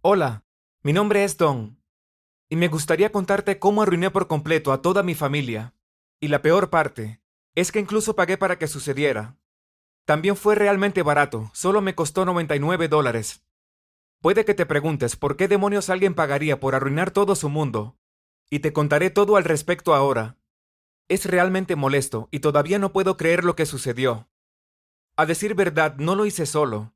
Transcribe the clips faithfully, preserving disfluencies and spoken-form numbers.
Hola, mi nombre es Don, y me gustaría contarte cómo arruiné por completo a toda mi familia. Y la peor parte es que incluso pagué para que sucediera. También fue realmente barato, solo me costó noventa y nueve dólares. Puede que te preguntes por qué demonios alguien pagaría por arruinar todo su mundo, y te contaré todo al respecto ahora. Es realmente molesto y todavía no puedo creer lo que sucedió. A decir verdad, no lo hice solo.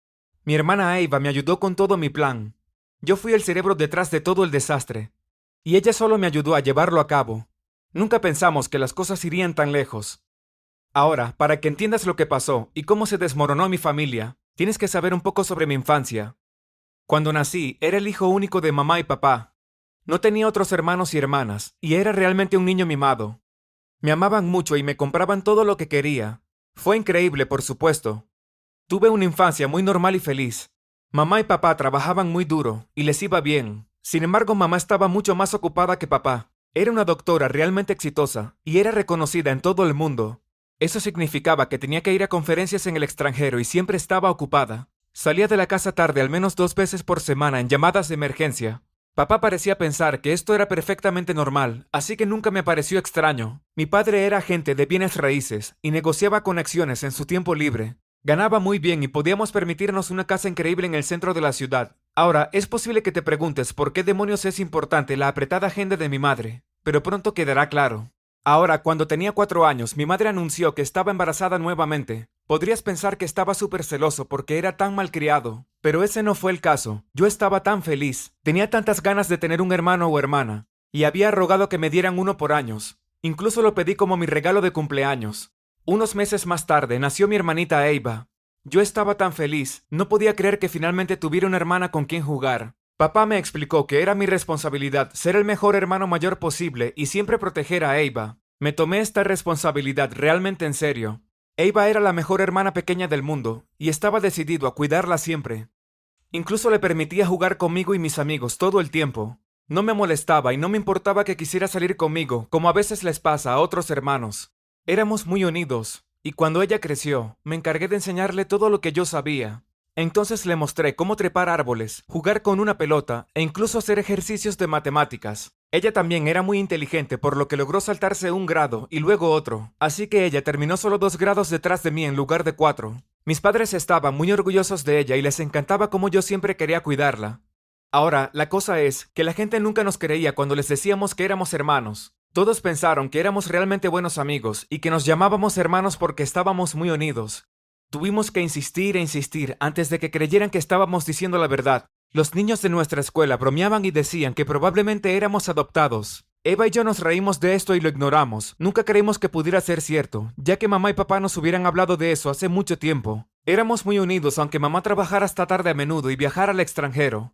Mi hermana Eva me ayudó con todo mi plan. Yo fui el cerebro detrás de todo el desastre, y ella solo me ayudó a llevarlo a cabo. Nunca pensamos que las cosas irían tan lejos. Ahora, para que entiendas lo que pasó y cómo se desmoronó mi familia, tienes que saber un poco sobre mi infancia. Cuando nací, era el hijo único de mamá y papá. No tenía otros hermanos y hermanas, y era realmente un niño mimado. Me amaban mucho y me compraban todo lo que quería. Fue increíble, por supuesto. Tuve una infancia muy normal y feliz. Mamá y papá trabajaban muy duro, y les iba bien. Sin embargo, mamá estaba mucho más ocupada que papá. Era una doctora realmente exitosa, y era reconocida en todo el mundo. Eso significaba que tenía que ir a conferencias en el extranjero y siempre estaba ocupada. Salía de la casa tarde al menos dos veces por semana en llamadas de emergencia. Papá parecía pensar que esto era perfectamente normal, así que nunca me pareció extraño. Mi padre era agente de bienes raíces y negociaba con acciones en su tiempo libre. Ganaba muy bien y podíamos permitirnos una casa increíble en el centro de la ciudad. Ahora, es posible que te preguntes por qué demonios es importante la apretada agenda de mi madre, pero pronto quedará claro. Ahora, cuando tenía cuatro años, mi madre anunció que estaba embarazada nuevamente. Podrías pensar que estaba súper celoso porque era tan malcriado, pero ese no fue el caso. Yo estaba tan feliz, tenía tantas ganas de tener un hermano o hermana, y había rogado que me dieran uno por años. Incluso lo pedí como mi regalo de cumpleaños. Unos meses más tarde nació mi hermanita Eva. Yo estaba tan feliz, no podía creer que finalmente tuviera una hermana con quien jugar. Papá me explicó que era mi responsabilidad ser el mejor hermano mayor posible y siempre proteger a Eva. Me tomé esta responsabilidad realmente en serio. Eva era la mejor hermana pequeña del mundo, y estaba decidido a cuidarla siempre. Incluso le permitía jugar conmigo y mis amigos todo el tiempo. No me molestaba y no me importaba que quisiera salir conmigo, como a veces les pasa a otros hermanos. Éramos muy unidos, y cuando ella creció, me encargué de enseñarle todo lo que yo sabía. Entonces le mostré cómo trepar árboles, jugar con una pelota e incluso hacer ejercicios de matemáticas. Ella también era muy inteligente, por lo que logró saltarse un grado y luego otro, así que ella terminó solo dos grados detrás de mí en lugar de cuatro. Mis padres estaban muy orgullosos de ella y les encantaba cómo yo siempre quería cuidarla. Ahora, la cosa es que la gente nunca nos creía cuando les decíamos que éramos hermanos. Todos pensaron que éramos realmente buenos amigos y que nos llamábamos hermanos porque estábamos muy unidos. Tuvimos que insistir e insistir antes de que creyeran que estábamos diciendo la verdad. Los niños de nuestra escuela bromeaban y decían que probablemente éramos adoptados. Eva y yo nos reímos de esto y lo ignoramos. Nunca creímos que pudiera ser cierto, ya que mamá y papá nos hubieran hablado de eso hace mucho tiempo. Éramos muy unidos, aunque mamá trabajara hasta tarde a menudo y viajara al extranjero.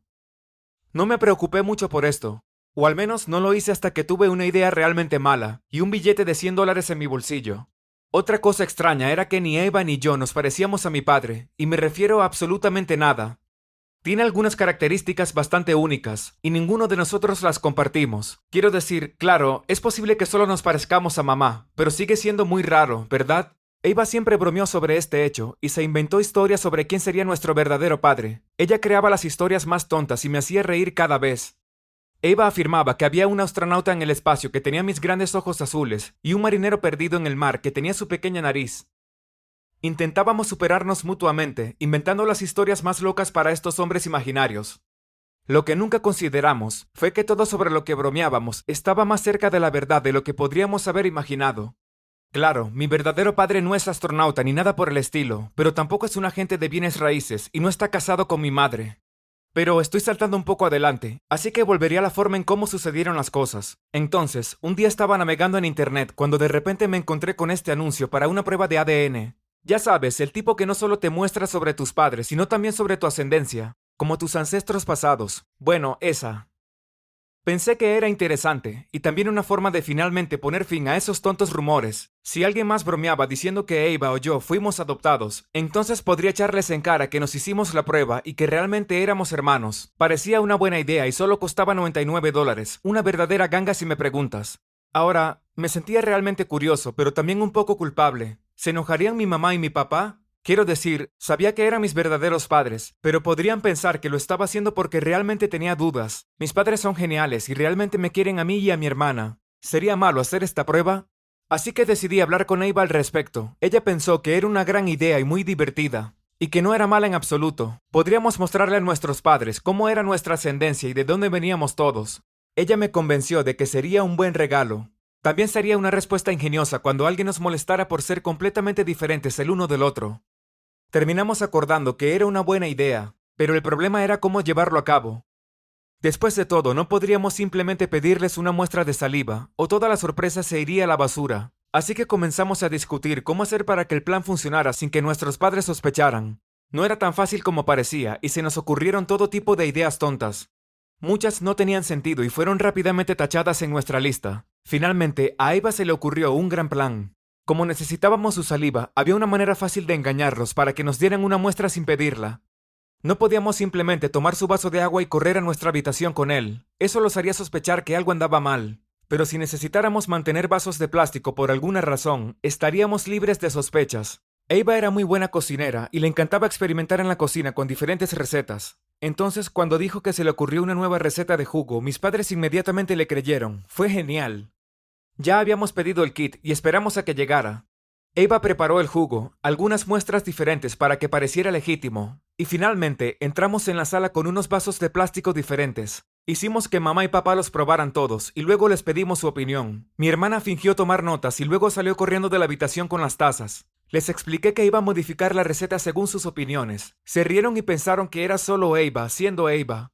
No me preocupé mucho por esto, o al menos no lo hice hasta que tuve una idea realmente mala y un billete de cien dólares en mi bolsillo. Otra cosa extraña era que ni Eva ni yo nos parecíamos a mi padre, y me refiero a absolutamente nada. Tiene algunas características bastante únicas, y ninguno de nosotros las compartimos. Quiero decir, claro, es posible que solo nos parezcamos a mamá, pero sigue siendo muy raro, ¿verdad? Eva siempre bromeó sobre este hecho, y se inventó historias sobre quién sería nuestro verdadero padre. Ella creaba las historias más tontas y me hacía reír cada vez. Eva afirmaba que había un astronauta en el espacio que tenía mis grandes ojos azules y un marinero perdido en el mar que tenía su pequeña nariz. Intentábamos superarnos mutuamente, inventando las historias más locas para estos hombres imaginarios. Lo que nunca consideramos fue que todo sobre lo que bromeábamos estaba más cerca de la verdad de lo que podríamos haber imaginado. Claro, mi verdadero padre no es astronauta ni nada por el estilo, pero tampoco es un agente de bienes raíces y no está casado con mi madre. Pero estoy saltando un poco adelante, así que volvería a la forma en cómo sucedieron las cosas. Entonces, un día estaba navegando en internet cuando de repente me encontré con este anuncio para una prueba de A D N. Ya sabes, el tipo que no solo te muestra sobre tus padres, sino también sobre tu ascendencia, como tus ancestros pasados. Bueno, esa. Pensé que era interesante, y también una forma de finalmente poner fin a esos tontos rumores. Si alguien más bromeaba diciendo que Eva o yo fuimos adoptados, entonces podría echarles en cara que nos hicimos la prueba y que realmente éramos hermanos. Parecía una buena idea y solo costaba noventa y nueve dólares, una verdadera ganga si me preguntas. Ahora, me sentía realmente curioso, pero también un poco culpable. ¿Se enojarían mi mamá y mi papá? Quiero decir, sabía que eran mis verdaderos padres, pero podrían pensar que lo estaba haciendo porque realmente tenía dudas. Mis padres son geniales y realmente me quieren a mí y a mi hermana. ¿Sería malo hacer esta prueba? Así que decidí hablar con Eva al respecto. Ella pensó que era una gran idea y muy divertida, y que no era mala en absoluto. Podríamos mostrarle a nuestros padres cómo era nuestra ascendencia y de dónde veníamos todos. Ella me convenció de que sería un buen regalo. También sería una respuesta ingeniosa cuando alguien nos molestara por ser completamente diferentes el uno del otro. Terminamos acordando que era una buena idea, pero el problema era cómo llevarlo a cabo. Después de todo, no podríamos simplemente pedirles una muestra de saliva, o toda la sorpresa se iría a la basura. Así que comenzamos a discutir cómo hacer para que el plan funcionara sin que nuestros padres sospecharan. No era tan fácil como parecía, y se nos ocurrieron todo tipo de ideas tontas. Muchas no tenían sentido y fueron rápidamente tachadas en nuestra lista. Finalmente, a Eva se le ocurrió un gran plan. Como necesitábamos su saliva, había una manera fácil de engañarlos para que nos dieran una muestra sin pedirla. No podíamos simplemente tomar su vaso de agua y correr a nuestra habitación con él. Eso los haría sospechar que algo andaba mal. Pero si necesitáramos mantener vasos de plástico por alguna razón, estaríamos libres de sospechas. Eva era muy buena cocinera y le encantaba experimentar en la cocina con diferentes recetas. Entonces, cuando dijo que se le ocurrió una nueva receta de jugo, mis padres inmediatamente le creyeron. Fue genial. Ya habíamos pedido el kit y esperamos a que llegara. Eva preparó el jugo, algunas muestras diferentes para que pareciera legítimo, y finalmente entramos en la sala con unos vasos de plástico diferentes. Hicimos que mamá y papá los probaran todos y luego les pedimos su opinión. Mi hermana fingió tomar notas y luego salió corriendo de la habitación con las tazas. Les expliqué que iba a modificar la receta según sus opiniones. Se rieron y pensaron que era solo Eva, siendo Eva.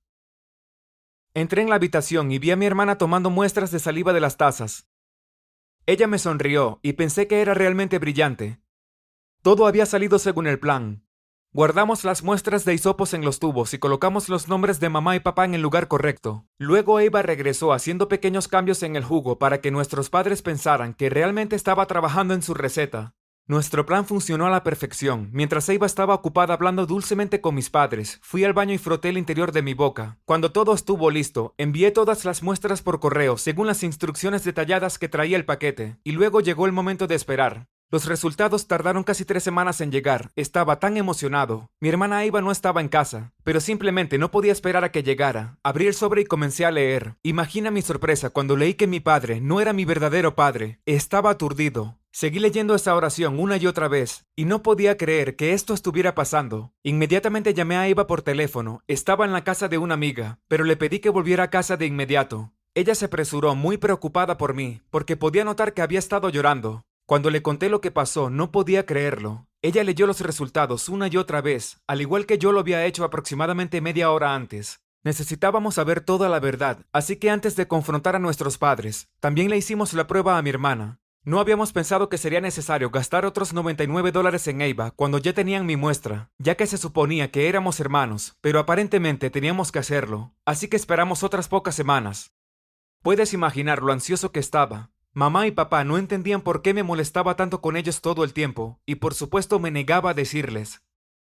Entré en la habitación y vi a mi hermana tomando muestras de saliva de las tazas. Ella me sonrió y pensé que era realmente brillante. Todo había salido según el plan. Guardamos las muestras de hisopos en los tubos y colocamos los nombres de mamá y papá en el lugar correcto. Luego Eva regresó haciendo pequeños cambios en el jugo para que nuestros padres pensaran que realmente estaba trabajando en su receta. Nuestro plan funcionó a la perfección. Mientras Eva estaba ocupada hablando dulcemente con mis padres, fui al baño y froté el interior de mi boca. Cuando todo estuvo listo, envié todas las muestras por correo según las instrucciones detalladas que traía el paquete, y luego llegó el momento de esperar. Los resultados tardaron casi tres semanas en llegar. Estaba tan emocionado. Mi hermana Eva no estaba en casa, pero simplemente no podía esperar a que llegara. Abrí el sobre y comencé a leer. Imagina mi sorpresa cuando leí que mi padre no era mi verdadero padre. Estaba aturdido. Seguí leyendo esa oración una y otra vez, y no podía creer que esto estuviera pasando. Inmediatamente llamé a Eva por teléfono. Estaba en la casa de una amiga, pero le pedí que volviera a casa de inmediato. Ella se apresuró muy preocupada por mí, porque podía notar que había estado llorando. Cuando le conté lo que pasó, no podía creerlo. Ella leyó los resultados una y otra vez, al igual que yo lo había hecho aproximadamente media hora antes. Necesitábamos saber toda la verdad, así que antes de confrontar a nuestros padres, también le hicimos la prueba a mi hermana. No habíamos pensado que sería necesario gastar otros noventa y nueve dólares en Eva cuando ya tenían mi muestra, ya que se suponía que éramos hermanos, pero aparentemente teníamos que hacerlo, así que esperamos otras pocas semanas. Puedes imaginar lo ansioso que estaba. Mamá y papá no entendían por qué me molestaba tanto con ellos todo el tiempo, y por supuesto me negaba a decirles.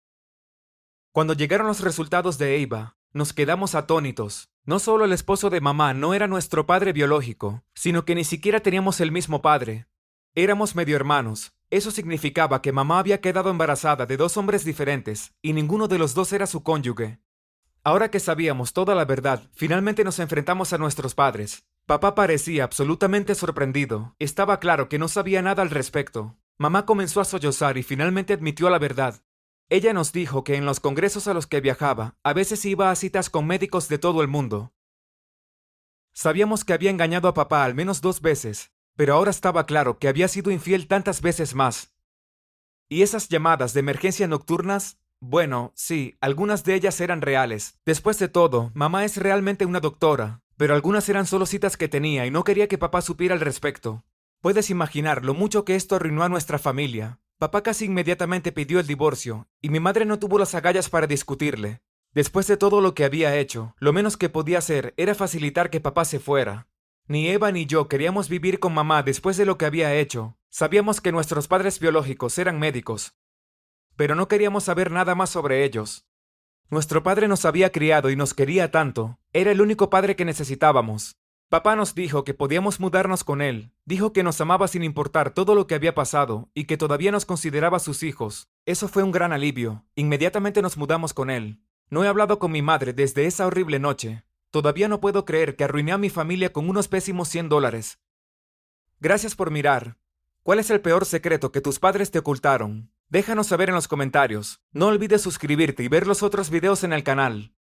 Cuando llegaron los resultados de Eva, nos quedamos atónitos. No solo el esposo de mamá no era nuestro padre biológico, sino que ni siquiera teníamos el mismo padre. Éramos medio hermanos. Eso significaba que mamá había quedado embarazada de dos hombres diferentes, y ninguno de los dos era su cónyuge. Ahora que sabíamos toda la verdad, finalmente nos enfrentamos a nuestros padres. Papá parecía absolutamente sorprendido. Estaba claro que no sabía nada al respecto. Mamá comenzó a sollozar y finalmente admitió la verdad. Ella nos dijo que en los congresos a los que viajaba, a veces iba a citas con médicos de todo el mundo. Sabíamos que había engañado a papá al menos dos veces, pero ahora estaba claro que había sido infiel tantas veces más. ¿Y esas llamadas de emergencia nocturnas? Bueno, sí, algunas de ellas eran reales. Después de todo, mamá es realmente una doctora. Pero algunas eran solo citas que tenía y no quería que papá supiera al respecto. Puedes imaginar lo mucho que esto arruinó a nuestra familia. Papá casi inmediatamente pidió el divorcio, y mi madre no tuvo las agallas para discutirle. Después de todo lo que había hecho, lo menos que podía hacer era facilitar que papá se fuera. Ni Eva ni yo queríamos vivir con mamá después de lo que había hecho. Sabíamos que nuestros padres biológicos eran médicos, pero no queríamos saber nada más sobre ellos. Nuestro padre nos había criado y nos quería tanto. Era el único padre que necesitábamos. Papá nos dijo que podíamos mudarnos con él. Dijo que nos amaba sin importar todo lo que había pasado y que todavía nos consideraba sus hijos. Eso fue un gran alivio. Inmediatamente nos mudamos con él. No he hablado con mi madre desde esa horrible noche. Todavía no puedo creer que arruiné a mi familia con unos pésimos cien dólares. Gracias por mirar. ¿Cuál es el peor secreto que tus padres te ocultaron? Déjanos saber en los comentarios. No olvides suscribirte y ver los otros videos en el canal.